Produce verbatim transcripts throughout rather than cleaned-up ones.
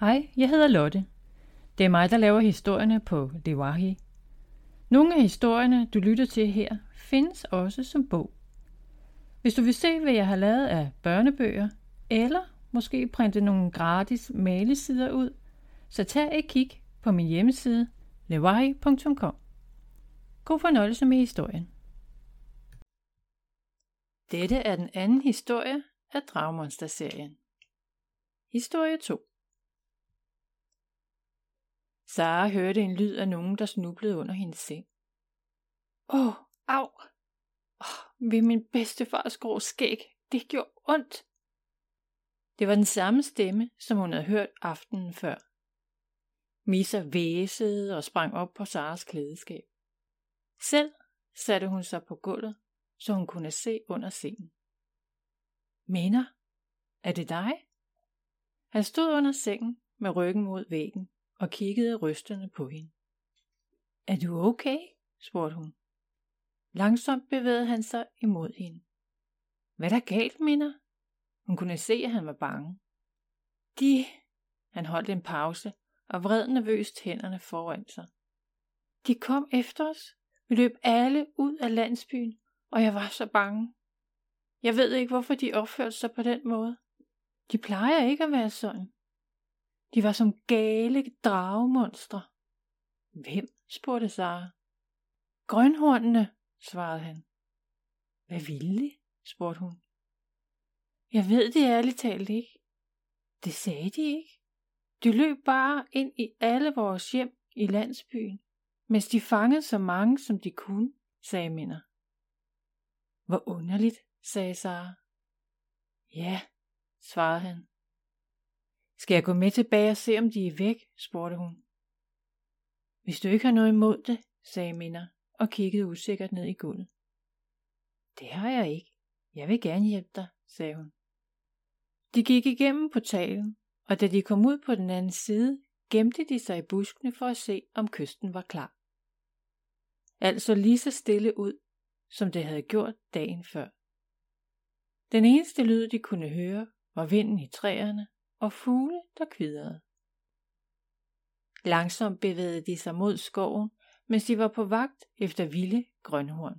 Hej, jeg hedder Lotte. Det er mig, der laver historierne på Lewahi. Nogle af historierne, du lytter til her, findes også som bog. Hvis du vil se, hvad jeg har lavet af børnebøger, eller måske printe nogle gratis malesider ud, så tag et kig på min hjemmeside lewahi punktum com. God fornøjelse med historien. Dette er den anden historie af Dragemonster-serien. Historie to. Sara hørte en lyd af nogen, der snublede under hendes seng. Åh, au! Oh, ved min bedstefars grå skæg, det gjorde ondt. Det var den samme stemme, som hun havde hørt aftenen før. Misa væsede og sprang op på Saras klædeskab. Selv satte hun sig på gulvet, så hun kunne se under sengen. Mina, er det dig? Han stod under sengen med ryggen mod væggen og kiggede rystende på hende. Er du okay? Spurgte hun. Langsomt bevægede han sig imod hende. Hvad er der galt, Mina? Hun kunne se, at han var bange. De... Han holdt en pause og vred nervøst hænderne foran sig. De kom efter os. Vi løb alle ud af landsbyen, og jeg var så bange. Jeg ved ikke, hvorfor de opførte sig på den måde. De plejer ikke at være sådan. De var som gale dragemonstre. Hvem? Spurgte Sara. Grønhornene, svarede han. Hvad ville de? Spurgte hun. Jeg ved det ærligt talt ikke. Det sagde de ikke. De løb bare ind i alle vores hjem i landsbyen, mens de fangede så mange, som de kunne, sagde Minna. Hvor underligt, sagde Sara. Ja, svarede han. Skal jeg gå med tilbage og se, om de er væk, spurgte hun. Hvis du ikke har noget imod det, sagde Minna og kiggede usikkert ned i gulvet. Det har jeg ikke. Jeg vil gerne hjælpe dig, sagde hun. De gik igennem portalen, og da de kom ud på den anden side, gemte de sig i buskene for at se, om kysten var klar. Alt så lige så stille ud, som det havde gjort dagen før. Den eneste lyd, de kunne høre, var vinden i træerne og fugle, der kvidrede. Langsomt bevægede de sig mod skoven, mens de var på vagt efter vilde grønhorn.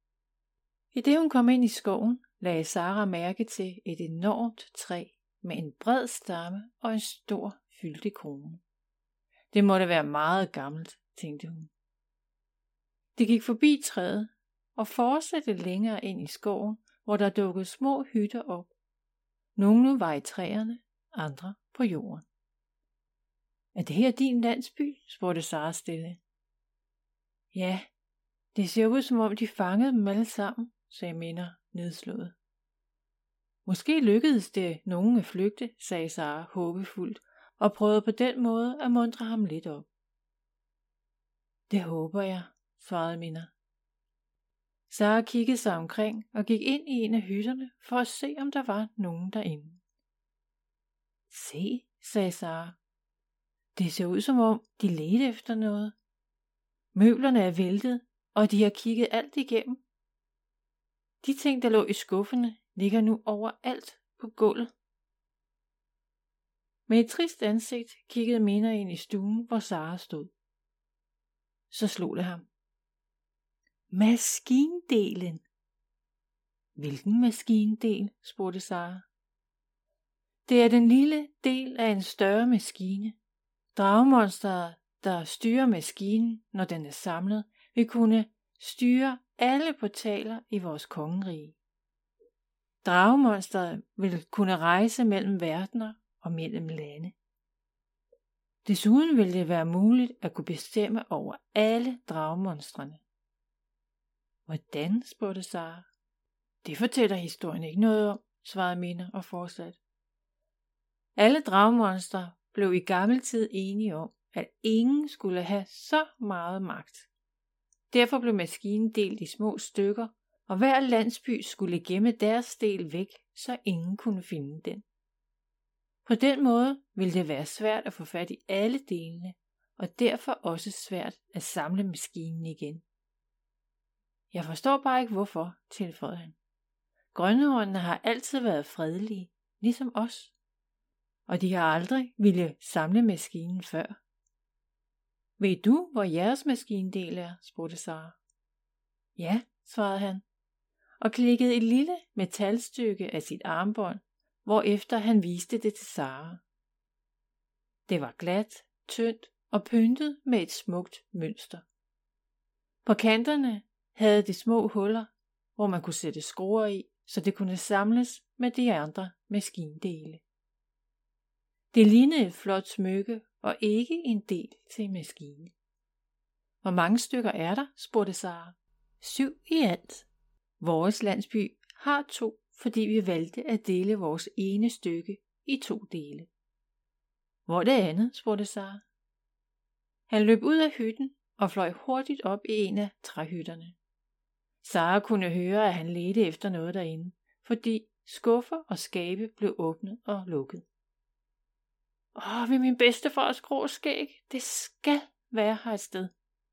I det hun kom ind i skoven, lagde Sara mærke til et enormt træ med en bred stamme og en stor fyldig krone. Det måtte være meget gammelt, tænkte hun. De gik forbi træet og fortsatte længere ind i skoven, hvor der dukkede små hytter op. Nogle var i træerne, andre på jorden. Er det her din landsby? Spurgte Sara stille. Ja, det ser ud som om de fangede dem alle sammen, sagde Minna nedslået. Måske lykkedes det nogen at flygte, sagde Sara håbefuldt, og prøvede på den måde at muntre ham lidt op. Det håber jeg, svarede Minna. Sara kiggede sig omkring og gik ind i en af hytterne for at se, om der var nogen derinde. Se, sagde Sara. Det ser ud som om, de ledte efter noget. Møblerne er væltet, og de har kigget alt igennem. De ting, der lå i skufferne, ligger nu overalt på gulvet. Med et trist ansigt kiggede Minna ind i stuen, hvor Sara stod. Så slog det ham. Maskindelen. Hvilken maskindel? Spurgte Sara. Det er den lille del af en større maskine. Dragemonsteret, der styrer maskinen, når den er samlet, vil kunne styre alle portaler i vores kongerige. Dragemonsteret vil kunne rejse mellem verdener og mellem lande. Desuden vil det være muligt at kunne bestemme over alle dragemonstrene. Hvordan? Spurgte Sara. Det fortæller historien ikke noget om, svarede Minna og fortsatte. Alle dragemonstre blev i gammel tid enige om, at ingen skulle have så meget magt. Derfor blev maskinen delt i små stykker, og hver landsby skulle gemme deres del væk, så ingen kunne finde den. På den måde ville det være svært at få fat i alle delene, og derfor også svært at samle maskinen igen. Jeg forstår bare ikke hvorfor, tilføjede han. Grønhornene har altid været fredelige, ligesom os. og de har aldrig ville samle maskinen før. Ved du, hvor jeres maskindel er? Spurgte Sara. Ja, svarede han, og klikkede et lille metalstykke af sit armbånd, hvorefter han viste det til Sara. Det var glat, tyndt og pyntet med et smukt mønster. På kanterne havde det små huller, hvor man kunne sætte skruer i, så det kunne samles med de andre maskindele. Det lignede et flot smykke og ikke en del til en maskine. Hvor mange stykker er der? Spurgte Sara. Syv i alt. Vores landsby har to, fordi vi valgte at dele vores ene stykke i to dele. Hvor er det andet? Spurgte Sara. Han løb ud af hytten og fløj hurtigt op i en af træhytterne. Sara kunne høre, at han ledte efter noget derinde, fordi skuffer og skabe blev åbnet og lukket. Åh, ved min bedstefars grå skæg, det skal være her et sted.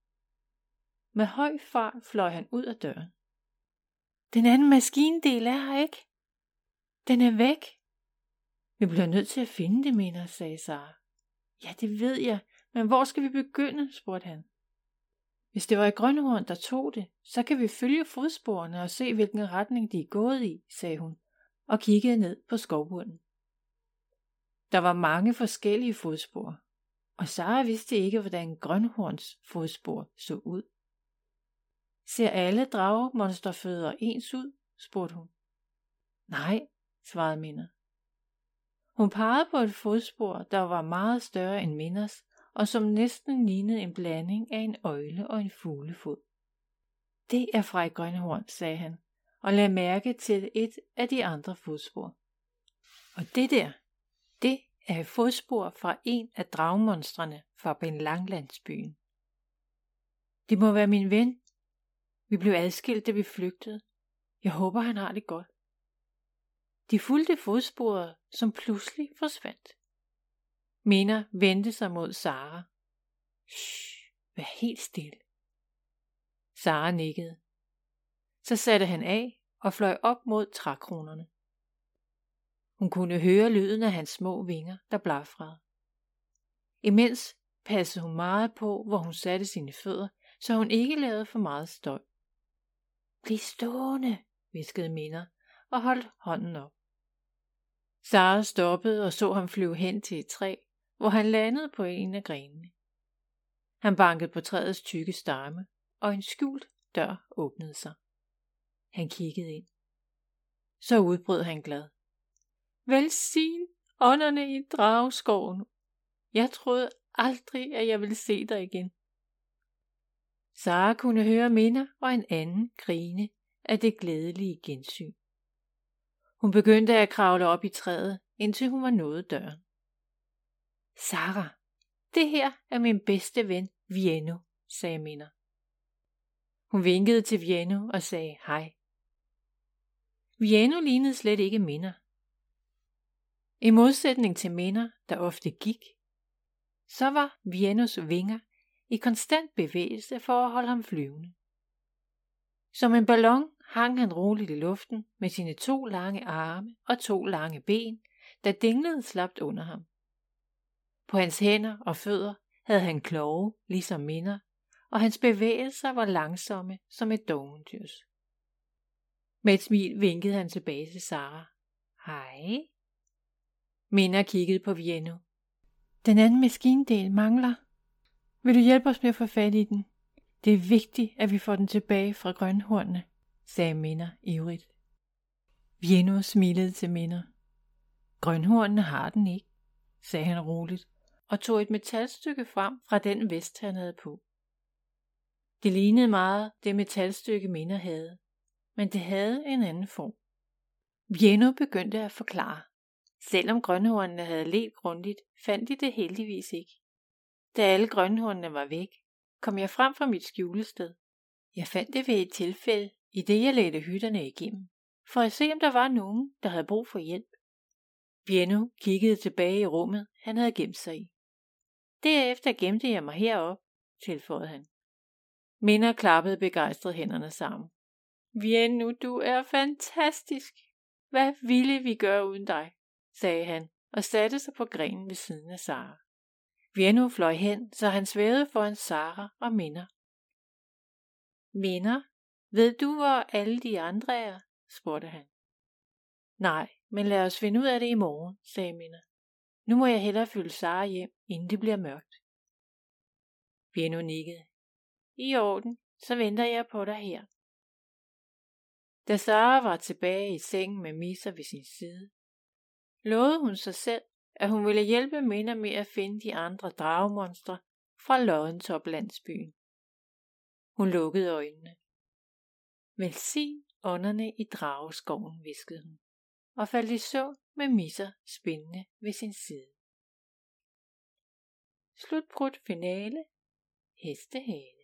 Med høj fart fløj han ud af døren. Den anden maskindel er her ikke. Den er væk. Vi bliver nødt til at finde det, mener, sagde Sara. Ja, det ved jeg, men hvor skal vi begynde, spurgte han. Hvis det var i Grønhorn, der tog det, så kan vi følge fodsporene og se, hvilken retning de er gået i, sagde hun, og kiggede ned på skovbunden. Der var mange forskellige fodspor, og Sara vidste ikke, hvordan Grønhorns fodspor så ud. Ser alle dragemonsterfødder ens ud? Spurgte hun. Nej, svarede Minna. Hun pegede på et fodspor, der var meget større end Minnas, og som næsten lignede en blanding af en øgle og en fuglefod. Det er fra et Grønhorn, sagde han, og lagde mærke til et af de andre fodspor. Og det der, det er et fodspor fra en af dragmonstrene fra Benlanglandsbyen. Det må være min ven. Vi blev adskilt, da vi flygtede. Jeg håber, han har det godt. De fulgte fodsporet, som pludselig forsvandt. Minna vendte sig mod Sara. Shh, vær helt stille. Sara nikkede. Så satte han af og fløj op mod trækronerne. Hun kunne høre lyden af hans små vinger, der blafrede. Imens passede hun meget på, hvor hun satte sine fødder, så hun ikke lavede for meget støj. Bliv stående, hviskede Minna og holdt hånden op. Sara stoppede og så ham flyve hen til et træ, hvor han landede på en af grenene. Han bankede på træets tykke stamme, og en skjult dør åbnede sig. Han kiggede ind. Så udbrød han glad. Velsign ånderne i drageskoven. Jeg troede aldrig, at jeg ville se dig igen. Sara kunne høre Minna og en anden grine af det glædelige gensyn. Hun begyndte at kravle op i træet, indtil hun var nået døren. Sara, det her er min bedste ven, Vienno, sagde Minna. Hun vinkede til Vienno og sagde hej. Vienno lignede slet ikke Minna. I modsætning til Minna, der ofte gik, så var Viennos vinger i konstant bevægelse for at holde ham flyvende. Som en ballon hang han roligt i luften med sine to lange arme og to lange ben, der dinglede slapt under ham. På hans hænder og fødder havde han kloge, ligesom Minna, og hans bevægelser var langsomme som et dovendyrs. Med et smil vinkede han tilbage til Sara. Hej. Minna kiggede på Vienno. Den anden maskindel mangler. Vil du hjælpe os med at få fat i den? Det er vigtigt, at vi får den tilbage fra Grønhornene, sagde Minna ivrigt. Vienno smilede til Minna. Grønhornene har den ikke, sagde han roligt, og tog et metalstykke frem fra den vest, han havde på. Det lignede meget det metalstykke, Minna havde, men det havde en anden form. Vienno begyndte at forklare. Selvom grønhornene havde ledt grundigt, fandt de det heldigvis ikke. Da alle grønhornene var væk, kom jeg frem fra mit skjulested. Jeg fandt det ved et tilfælde, i det jeg ledte hytterne igennem, for at se om der var nogen, der havde brug for hjælp. Vienno kiggede tilbage i rummet, han havde gemt sig i. Derefter gemte jeg mig heroppe, tilføjede han. Minna klappede begejstret hænderne sammen. Vienno, du er fantastisk. Hvad ville vi gøre uden dig, sagde han og satte sig på grenen ved siden af Sara. Venno fløj hen, så han svævede foran Sara og Minna. Minder, ved du, hvor alle de andre er? Spurgte han. Nej, men lad os finde ud af det i morgen, sagde Minna. Nu må jeg hellere følge Sara hjem, inden det bliver mørkt. Venno nikkede. I orden, så venter jeg på dig her. Da Sara var tilbage i sengen med Misa ved sin side, lovede hun sig selv, at hun ville hjælpe Minna med at finde de andre dragemonstre fra Loddentop-landsbyen. Hun lukkede øjnene. Velsign ånderne i drageskoven, hviskede hun, og faldt i søvn med Misa spændende ved sin side. Slutbrudt finale. Hestehale.